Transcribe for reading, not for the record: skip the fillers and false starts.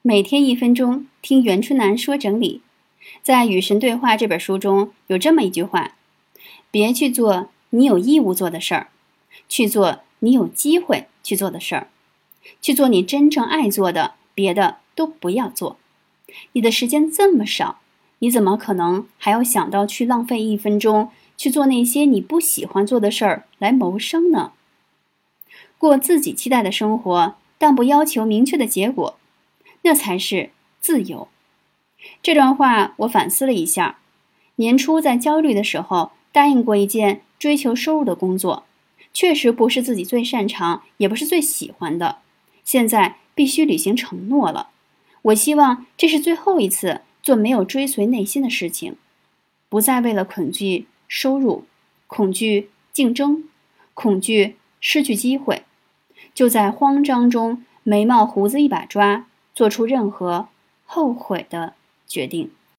每天1分钟，听袁春楠说整理。在《与神对话》这本书中有这么一句话：别去做你有义务做的事儿，去做你有机会去做的事儿，去做你真正爱做的，别的都不要做。你的时间这么少，你怎么可能还要想到去浪费1分钟去做那些你不喜欢做的事儿来谋生呢？过自己期待的生活，但不要求明确的结果，那才是自由。这段话我反思了一下，年初在焦虑的时候答应过一件追求收入的工作，确实不是自己最擅长，也不是最喜欢的，现在必须履行承诺了。我希望这是最后一次做没有追随内心的事情，不再为了恐惧收入、恐惧竞争、恐惧失去机会，就在慌张中眉毛胡子一把抓，做出任何后悔的决定。